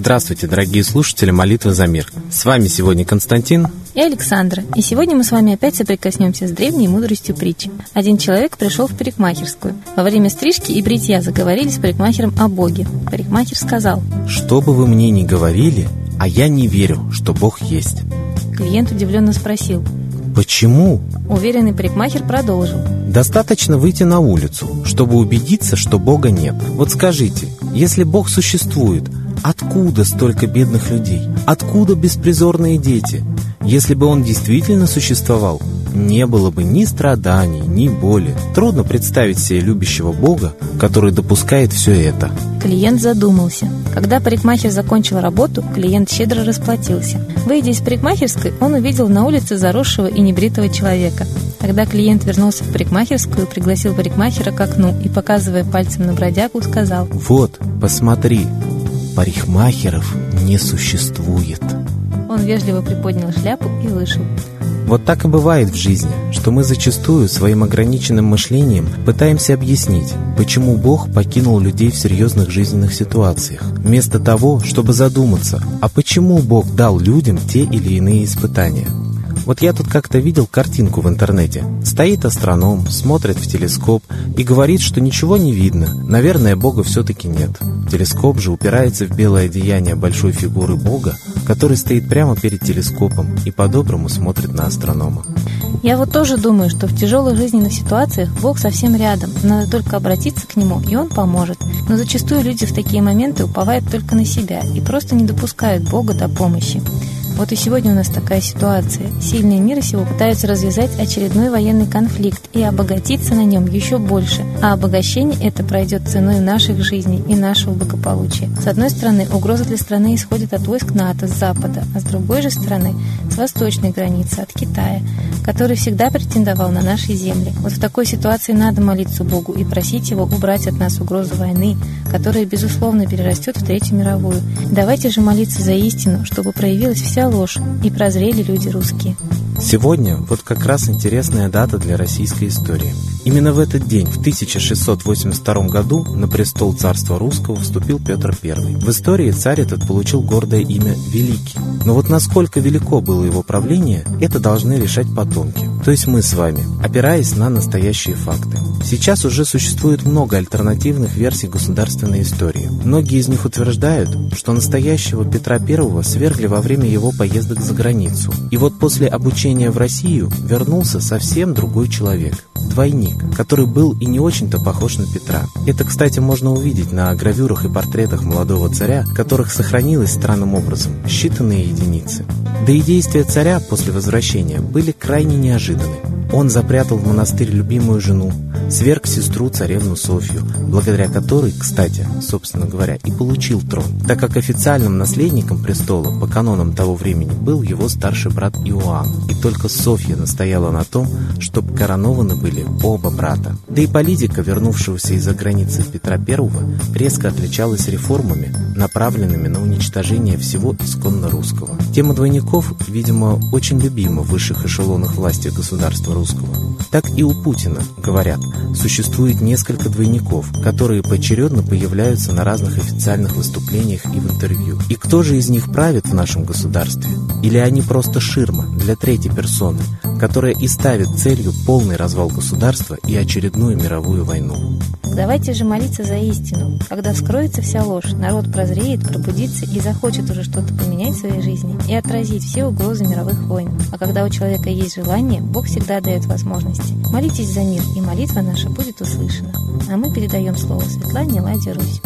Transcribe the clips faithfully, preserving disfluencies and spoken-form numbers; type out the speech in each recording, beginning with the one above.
Здравствуйте, дорогие слушатели «Молитвы за мир». С вами сегодня Константин и Александра. И сегодня мы с вами опять соприкоснемся с древней мудростью притчи. Один человек пришел в парикмахерскую. Во время стрижки и бритья заговорили с парикмахером о Боге. Парикмахер сказал: «Что бы вы мне ни говорили, а я не верю, что Бог есть». Клиент удивленно спросил: «Почему?» Уверенный парикмахер продолжил: «Достаточно выйти на улицу, чтобы убедиться, что Бога нет. Вот скажите, если Бог существует, откуда столько бедных людей? Откуда беспризорные дети? Если бы Он действительно существовал, не было бы ни страданий, ни боли. Трудно представить себе любящего Бога, который допускает все это». Клиент задумался. Когда парикмахер закончил работу, клиент щедро расплатился. Выйдя из парикмахерской, он увидел на улице заросшего и небритого человека. Тогда клиент вернулся в парикмахерскую, пригласил парикмахера к окну и, показывая пальцем на бродягу, сказал: «Вот, посмотри, парикмахеров не существует». Он вежливо приподнял шляпу и вышел. Вот так и бывает в жизни, что мы зачастую своим ограниченным мышлением пытаемся объяснить, почему Бог покинул людей в серьезных жизненных ситуациях, вместо того, чтобы задуматься, а почему Бог дал людям те или иные испытания. Вот я тут как-то видел картинку в интернете. Стоит астроном, смотрит в телескоп и говорит, что ничего не видно. Наверное, Бога все-таки нет. Телескоп же упирается в белое одеяние большой фигуры Бога, который стоит прямо перед телескопом и по-доброму смотрит на астронома. Я вот тоже думаю, что в тяжелых жизненных ситуациях Бог совсем рядом. Надо только обратиться к Нему, и Он поможет. Но зачастую люди в такие моменты уповают только на себя и просто не допускают Бога до помощи. Вот и сегодня у нас такая ситуация. Сильные мира сего пытаются развязать очередной военный конфликт и обогатиться на нем еще больше. А обогащение это пройдет ценой наших жизней и нашего благополучия. С одной стороны, угроза для страны исходит от войск НАТО с запада, а с другой же стороны, с восточной границы, от Китая, который всегда претендовал на наши земли. Вот в такой ситуации надо молиться Богу и просить Его убрать от нас угрозу войны, которая, безусловно, перерастет в Третью мировую. Давайте же молиться за истину, чтобы проявилась вся ложь, и прозрели люди русские. Сегодня вот как раз интересная дата для российской истории. Именно в этот день, в тысяча шестьсот восемьдесят втором году, на престол царства русского вступил Петр Первый. В истории царь этот получил гордое имя Великий. Но вот насколько велико было его правление, это должны решать потомки, то есть мы с вами, опираясь на настоящие факты. Сейчас уже существует много альтернативных версий государственной истории. Многие из них утверждают, что настоящего Петра Первого свергли во время его поездок за границу. И вот после обучения в Россию вернулся совсем другой человек. Двойник, который был и не очень-то похож на Петра. Это, кстати, можно увидеть на гравюрах и портретах молодого царя, которых сохранилось странным образом считанные единицы. Да и действия царя после возвращения были крайне неожиданны. Он запрятал в монастырь любимую жену, сверг сестру царевну Софью, благодаря которой, кстати, собственно говоря, и получил трон, так как официальным наследником престола по канонам того времени был его старший брат Иоанн, и только Софья настояла на том, чтобы коронованы были оба брата. Да и политика вернувшегося из-за границы Петра Первого резко отличалась реформами, направленными на уничтожение всего исконно русского. Тема двойников, видимо, очень любима в высших эшелонах власти государства русского. Так и у Путина, говорят, существует несколько двойников, которые поочередно появляются на разных официальных выступлениях и в интервью. И кто же из них правит в нашем государстве? Или они просто ширма для третьей персоны, которая и ставит целью полный развал государства и очередную мировую войну? Давайте же молиться за истину. Когда вскроется вся ложь, народ прозреет, пробудится и захочет уже что-то поменять в своей жизни и отразить все угрозы мировых войн. А когда у человека есть желание, Бог всегда дает возможности. Молитесь за мир, и молитва наша будет услышана. А мы передаем слово Светлане Ладе Русь.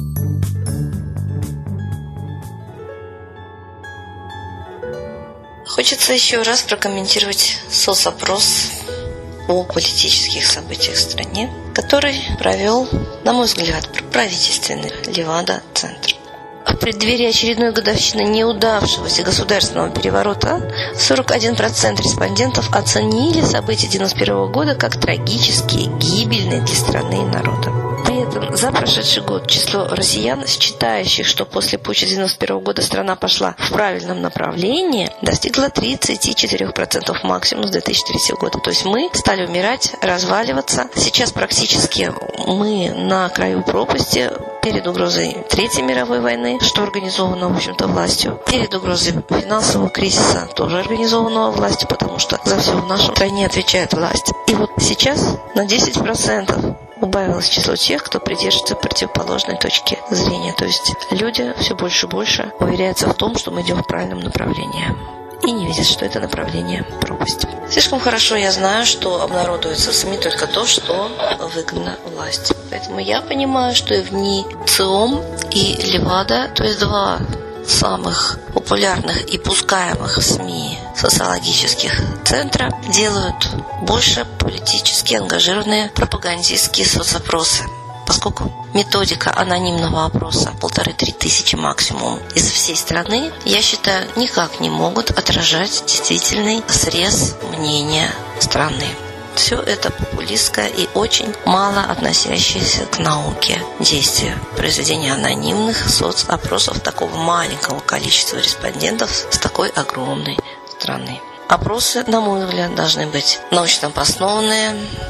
Хочется еще раз прокомментировать соцопрос о политических событиях в стране, который провел, на мой взгляд, правительственный Левада-центр. В преддверии очередной годовщины неудавшегося государственного переворота сорок один процент респондентов оценили события девяносто первого года как трагические, гибельные для страны и народа. При этом за прошедший год число россиян, считающих, что после путча девяносто первого года страна пошла в правильном направлении, достигло тридцать четыре процента максимум с две тысячи третьего года. То есть мы стали умирать, разваливаться. Сейчас практически мы на краю пропасти перед угрозой Третьей мировой войны, что организовано, в общем-то, властью, перед угрозой финансового кризиса, тоже организованного властью, потому что за все в нашей стране отвечает власть. И вот сейчас на десять процентов убавилось число тех, кто придерживается противоположной точки зрения. То есть люди все больше и больше уверяются в том, что мы идем в правильном направлении, и не видят, что это направление пропасть. Слишком хорошо я знаю, что обнародуется в СМИ только то, что выгодно власти. Поэтому я понимаю, что и в НИИ ЦИОМ и Левада, то есть два самых популярных и пускаемых в СМИ социологических центра, делают больше политически ангажированные пропагандистские соцопросы. Поскольку методика анонимного опроса полторы-три тысячи максимум из всей страны, я считаю, никак не могут отражать действительный срез мнения страны. Все это популистское и очень мало относящееся к науке действия. Произведение анонимных соцопросов такого маленького количества респондентов с такой огромной страны. Опросы, на мой взгляд, должны быть научно обоснованные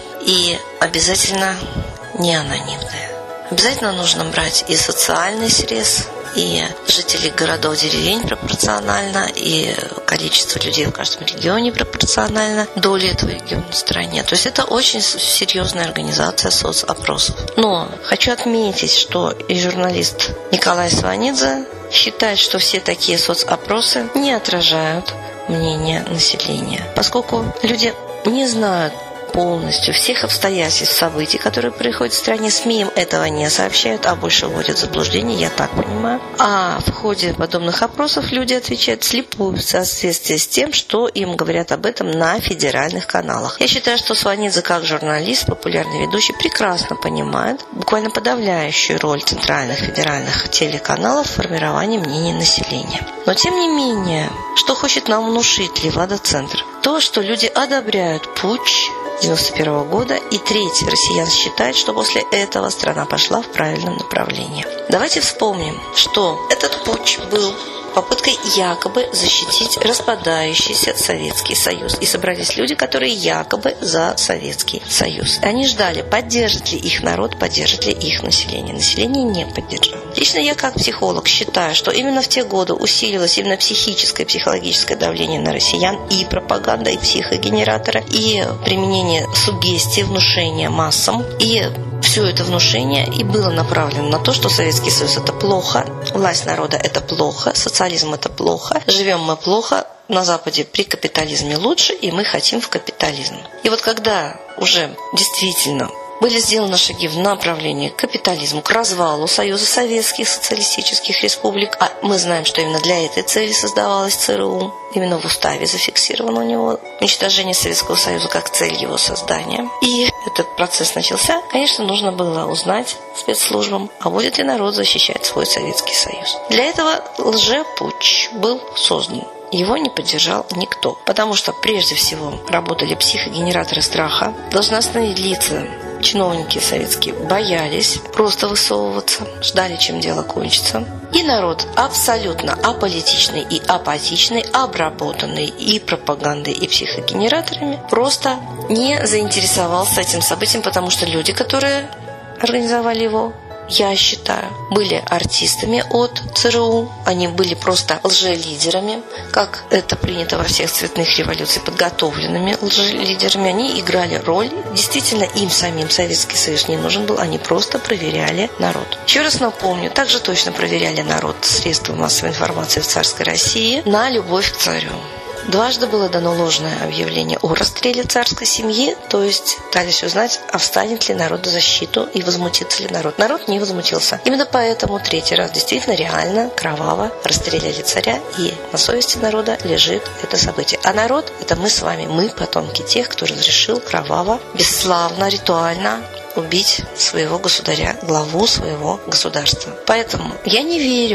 и обязательно не анонимные. Обязательно нужно брать и социальный срез, и жителей городов, деревень пропорционально, и количество людей в каждом регионе пропорционально доли этого региона в стране. То есть это очень серьезная организация соцопросов. Но хочу отметить, что и журналист Николай Сванидзе считает, что все такие соцопросы не отражают мнение населения, поскольку люди не знают полностью всех обстоятельств событий, которые происходят в стране. СМИ им этого не сообщают, а больше вводят в заблуждение, я так понимаю. А в ходе подобных опросов люди отвечают вслепую в соответствии с тем, что им говорят об этом на федеральных каналах. Я считаю, что Сванидзе, как журналист, популярный ведущий, прекрасно понимает буквально подавляющую роль центральных федеральных телеканалов в формировании мнений населения. Но тем не менее, что хочет нам внушить Левада-центр? То, что люди одобряют путч девяносто первого года, и треть россиян считает, что после этого страна пошла в правильном направлении. Давайте вспомним, что этот путч был попыткой якобы защитить распадающийся Советский Союз. И собрались люди, которые якобы за Советский Союз. Они ждали, поддержит ли их народ, поддержит ли их население. Население не поддержало. Лично я, как психолог, считаю, что именно в те годы усилилось именно психическое и психологическое давление на россиян, и пропаганда, и психогенераторы, и применение суггестии, внушения массам, и все это внушение и было направлено на то, что Советский Союз – это плохо, власть народа – это плохо, социализм – это плохо, живем мы плохо, на Западе при капитализме лучше, и мы хотим в капитализм. И вот когда уже действительно были сделаны шаги в направлении к капитализму, к развалу Союза Советских Социалистических Республик. А мы знаем, что именно для этой цели создавалась ЦРУ. Именно в уставе зафиксировано у него уничтожение Советского Союза как цель его создания. И этот процесс начался. Конечно, нужно было узнать спецслужбам, а будет ли народ защищать свой Советский Союз. Для этого лжепутч был создан. Его не поддержал никто, потому что прежде всего работали психогенераторы страха, должностные лица, чиновники советские боялись просто высовываться, ждали, чем дело кончится. И народ абсолютно аполитичный и апатичный, обработанный и пропагандой, и психогенераторами, просто не заинтересовался этим событием, потому что люди, которые организовали его, я считаю, были артистами от ЦРУ, они были просто лжелидерами, как это принято во всех цветных революциях, подготовленными лжелидерами. Они играли роль, действительно им самим Советский Союз не нужен был, они просто проверяли народ. Еще раз напомню, также точно проверяли народ средства массовой информации в царской России на любовь к царю. Дважды было дано ложное объявление о расстреле царской семьи, то есть пытались узнать, а встанет ли народ в защиту и возмутится ли народ. Народ не возмутился. Именно поэтому третий раз действительно реально кроваво расстреляли царя, и на совести народа лежит это событие. А народ – это мы с вами, мы потомки тех, кто разрешил кроваво, бесславно, ритуально убить своего государя, главу своего государства. Поэтому я не верю,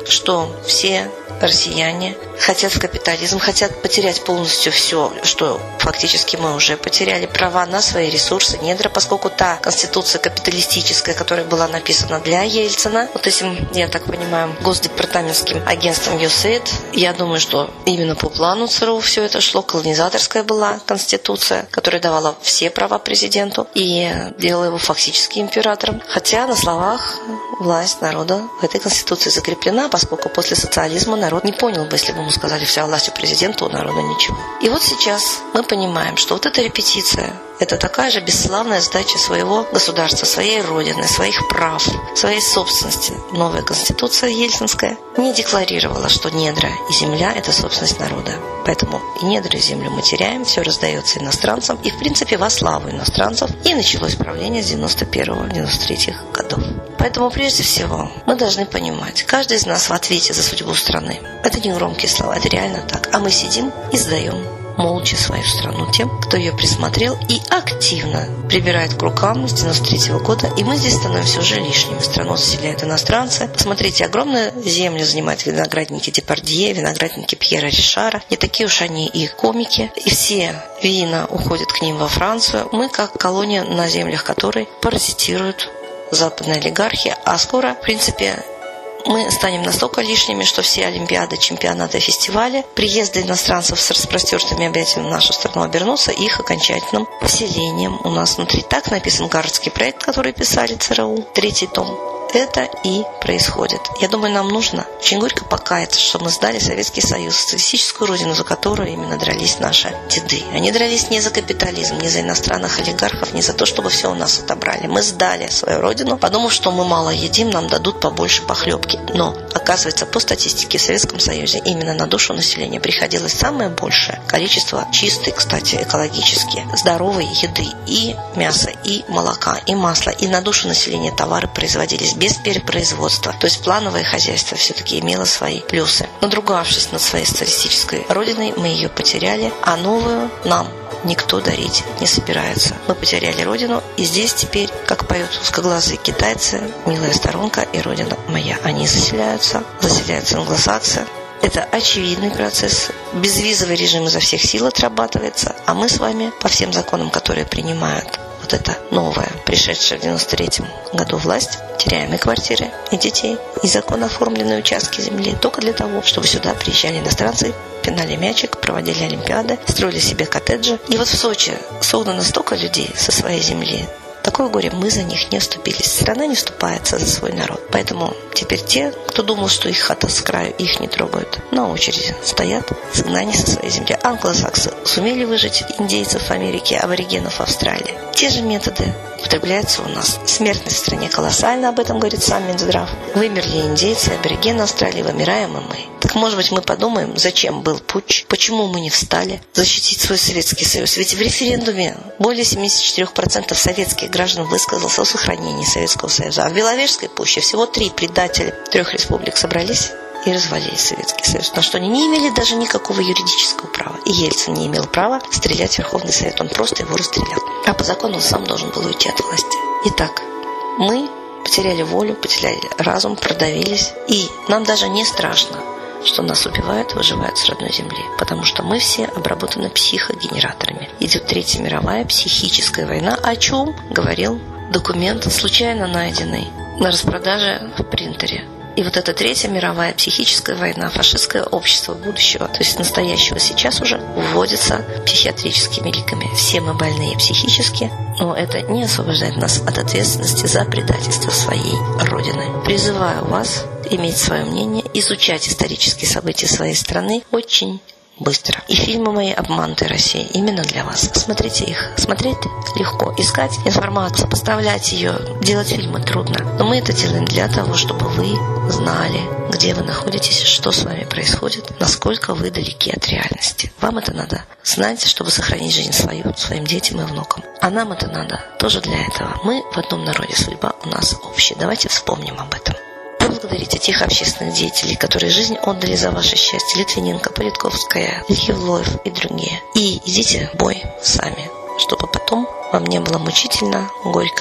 что все россияне хотят в капитализм, хотят потерять полностью все, что фактически мы уже потеряли, права на свои ресурсы, недра, поскольку та конституция капиталистическая, которая была написана для Ельцина, вот этим, я так понимаю, госдепартаментским агентством ю эс эй ай ди, я думаю, что именно по плану ЦРУ все это шло, колонизаторская была конституция, которая давала все права президенту и делала его фактически императором, хотя на словах власть народа в этой конституции закреплена, поскольку после социализма народ не понял бы, если бы ему сказали, вся власть у президента, у народа ничего. И вот сейчас мы понимаем, что вот эта репетиция – это такая же бесславная сдача своего государства, своей родины, своих прав, своей собственности. Новая конституция ельцинская не декларировала, что недра и земля – это собственность народа. Поэтому и недра, и землю мы теряем, все раздается иностранцам, и в принципе во славу иностранцев. И началось правление с девяносто первого — девяносто третьего годов. Поэтому прежде всего мы должны понимать, каждый из нас в ответе за судьбу страны. Это не громкие слова, это реально так. А мы сидим и сдаем молча свою страну тем, кто ее присмотрел и активно прибирает к рукам с девяносто третьего года. И мы здесь становимся уже лишними. Страну заселяют иностранцы. Посмотрите, огромную землю занимают виноградники Депардье, виноградники Пьера Ришара. Не такие уж они и комики. И все вина уходят к ним во Францию. Мы как колония, на землях которой паразитируют западные олигархи. А скоро, в принципе, мы станем настолько лишними, что все олимпиады, чемпионаты, фестивали, приезды иностранцев с распростертыми объятиями в нашу страну обернутся их окончательным поселением у нас внутри. Так написан Гарвардский проект, который писали ЦРУ, третий том. Это и происходит. Я думаю, нам нужно очень горько покаяться, что мы сдали Советский Союз, социалистическую родину, за которую именно дрались наши деды. Они дрались не за капитализм, не за иностранных олигархов, не за то, чтобы все у нас отобрали. Мы сдали свою родину, подумав, что мы мало едим, нам дадут побольше похлебки. Но, оказывается, по статистике в Советском Союзе именно на душу населения приходилось самое большее количество чистой, кстати, экологически здоровой еды. И мяса, и молока, и масла. И на душу населения товары производились без перепроизводства. То есть плановое хозяйство все-таки имело свои плюсы. Надругавшись над своей социалистической родиной, мы ее потеряли, а новую нам никто дарить не собирается. Мы потеряли родину, и здесь теперь, как поют узкоглазые китайцы, милая сторонка и родина моя. Они заселяются, заселяются англосаксы. Это очевидный процесс. Безвизовый режим изо всех сил отрабатывается, а мы с вами по всем законам, которые принимают вот эта новая, пришедшая в девяносто третьем году власть, теряем и квартиры, и детей, и законно оформленные участки земли только для того, чтобы сюда приезжали иностранцы, пинали мячик, проводили олимпиады, строили себе коттеджи. И вот в Сочи согнано столько людей со своей земли. Такое горе, мы за них не вступились. Страна не вступается за свой народ. Поэтому теперь те, кто думал, что их хата с краю, их не трогают, на очереди стоят с изгнанием со своей земли. Англосаксы сумели выжить индейцев в Америке, аборигенов в Австралии. Те же методы употребляются у нас. Смертность в стране колоссальна, об этом говорит сам Минздрав. Вымерли индейцы, аборигены Австралии, вымираем и мы. Так, может быть, мы подумаем, зачем был путч, почему мы не встали защитить свой Советский Союз. Ведь в референдуме более семьдесят четыре процента советских граждан высказался о сохранении Советского Союза. А в Беловежской пуще всего три предателя трех республик собрались и развалили Советский Союз. На что они не имели даже никакого юридического права. И Ельцин не имел права стрелять в Верховный Совет. Он просто его расстрелял. А по закону он сам должен был уйти от власти. Итак, мы потеряли волю, потеряли разум, продавились. И нам даже не страшно, что нас убивают, выживают с родной земли. Потому что мы все обработаны психогенераторами. Идет Третья мировая психическая война, о чем говорил документ, случайно найденный на распродаже в принтере. И вот эта Третья мировая психическая война, фашистское общество будущего, то есть настоящего сейчас уже, вводится психиатрическими ликами. Все мы больные психически, но это не освобождает нас от ответственности за предательство своей Родины. Призываю вас иметь свое мнение, изучать исторические события своей страны очень быстро. И фильмы мои «Обманутая Россия» именно для вас. Смотрите их. Смотреть легко. Искать информацию, поставлять ее, делать фильмы трудно. Но мы это делаем для того, чтобы вы знали, где вы находитесь, что с вами происходит, насколько вы далеки от реальности. Вам это надо знать, чтобы сохранить жизнь свою, своим детям и внукам. А нам это надо тоже для этого. Мы в одном народе, судьба у нас общая. Давайте вспомним об этом. Поблагодарите тех общественных деятелей, которые жизнь отдали за ваше счастье. Литвиненко, Политковская, Евлоев и другие. И идите в бой сами, чтобы потом вам не было мучительно, горько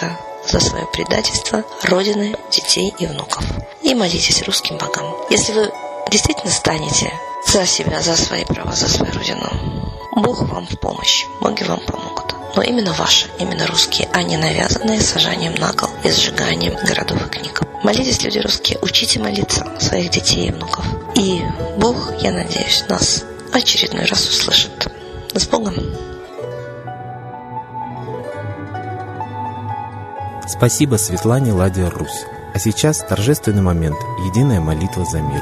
за свое предательство Родины, детей и внуков. И молитесь русским богам. Если вы действительно станете за себя, за свои права, за свою Родину, Бог вам в помощь, боги вам помогут. Но именно ваши, именно русские, а не навязанные сажанием на кол и сжиганием городов и книг. Молитесь, люди русские, учите молиться своих детей и внуков. И Бог, я надеюсь, нас очередной раз услышит. С Богом! Спасибо Светлане Ладия Русь. А сейчас торжественный момент – единая молитва за мир.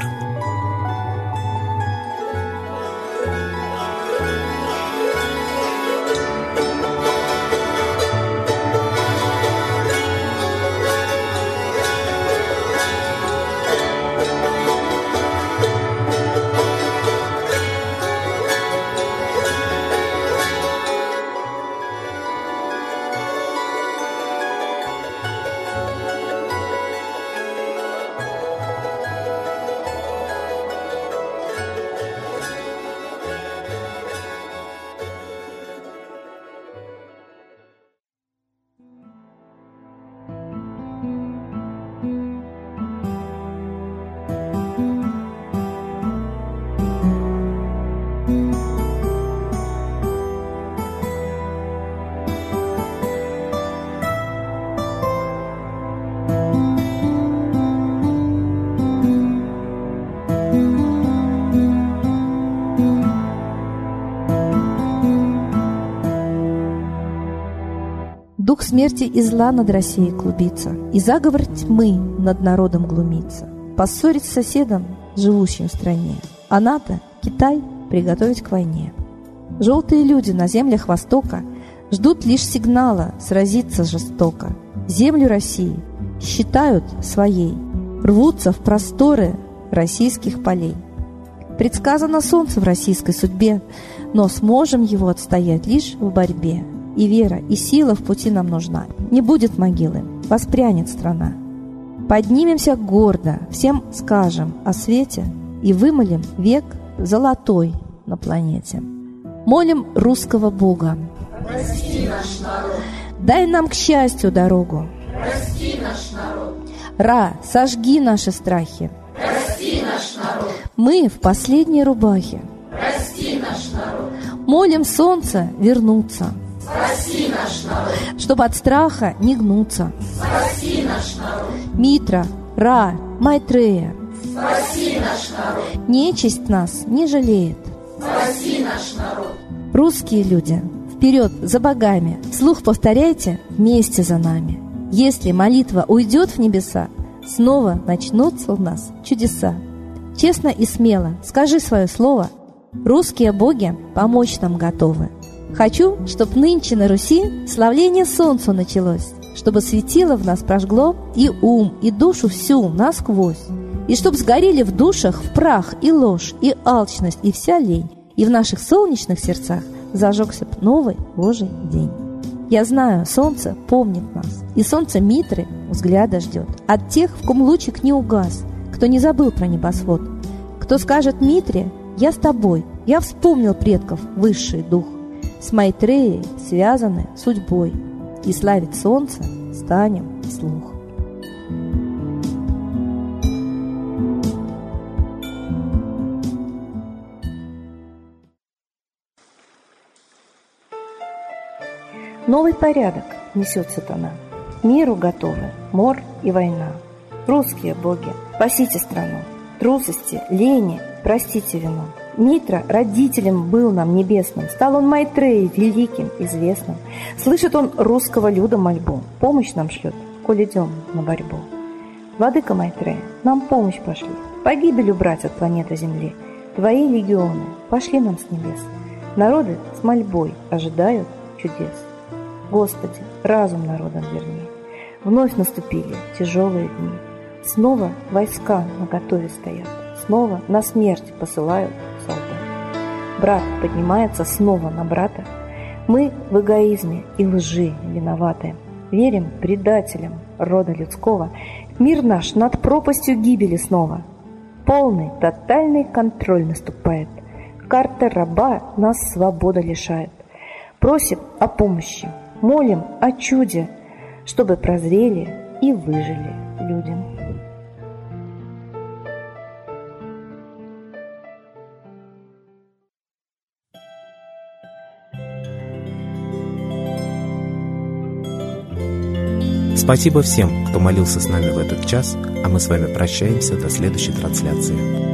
Дух смерти и зла над Россией клубится, и заговор тьмы над народом глумится. Поссорить с соседом, живущим в стране, а НАТО, Китай, приготовить к войне. Желтые люди на землях Востока ждут лишь сигнала сразиться жестоко. Землю России считают своей, рвутся в просторы российских полей. Предсказано солнце в российской судьбе, но сможем его отстоять лишь в борьбе. И вера, и сила в пути нам нужна. Не будет могилы, воспрянет страна. Поднимемся гордо, всем скажем о свете и вымолим век золотой на планете. Молим русского Бога. Прости наш народ. Дай нам к счастью дорогу. Прости наш народ. Ра, сожги наши страхи. Прости наш народ. Мы в последней рубахе. Прости наш народ. Молим солнце вернуться. Спаси наш народ. Чтобы от страха не гнуться. Спаси наш народ. Митра, Ра, Майтрея. Спаси наш народ. Нечисть нас не жалеет. Спаси наш народ. Русские люди, вперед за богами. Вслух повторяйте вместе за нами. Если молитва уйдет в небеса, снова начнутся у нас чудеса. Честно и смело скажи свое слово. Русские боги помочь нам готовы. Хочу, чтоб нынче на Руси славление солнцу началось, чтобы светило в нас прожгло и ум, и душу всю насквозь, и чтоб сгорели в душах в прах и ложь, и алчность, и вся лень, и в наших солнечных сердцах зажегся б новый Божий день. Я знаю, солнце помнит нас, и солнце Митры взгляда ждет от тех, в ком лучик не угас, кто не забыл про небосвод, кто скажет Митре: «Я с тобой, я вспомнил предков высший дух». С Майтреей связаны судьбой, и славить солнце станем вслух. Новый порядок несет сатана. Миру готовы мор и война. Русские боги, спасите страну. Трусости, лени, простите вину. Митра родителем был нам небесным, стал он Майтреей великим, известным. Слышит он русского люда мольбу, помощь нам шлет, коль идем на борьбу. Владыка Майтрея, нам помощь пошли, погибель убрать от планеты Земли. Твои легионы пошли нам с небес, народы с мольбой ожидают чудес. Господи, разум народам верни, вновь наступили тяжелые дни. Снова войска наготове стоят, снова на смерть посылают солдат. Брат поднимается снова на брата. Мы в эгоизме и лжи виноваты. Верим предателям рода людского. Мир наш над пропастью гибели снова. Полный, тотальный контроль наступает. Карта раба нас свобода лишает. Просим о помощи, молим о чуде. чтобы прозрели и выжили людям. Спасибо всем, кто молился с нами в этот час, а мы с вами прощаемся до следующей трансляции.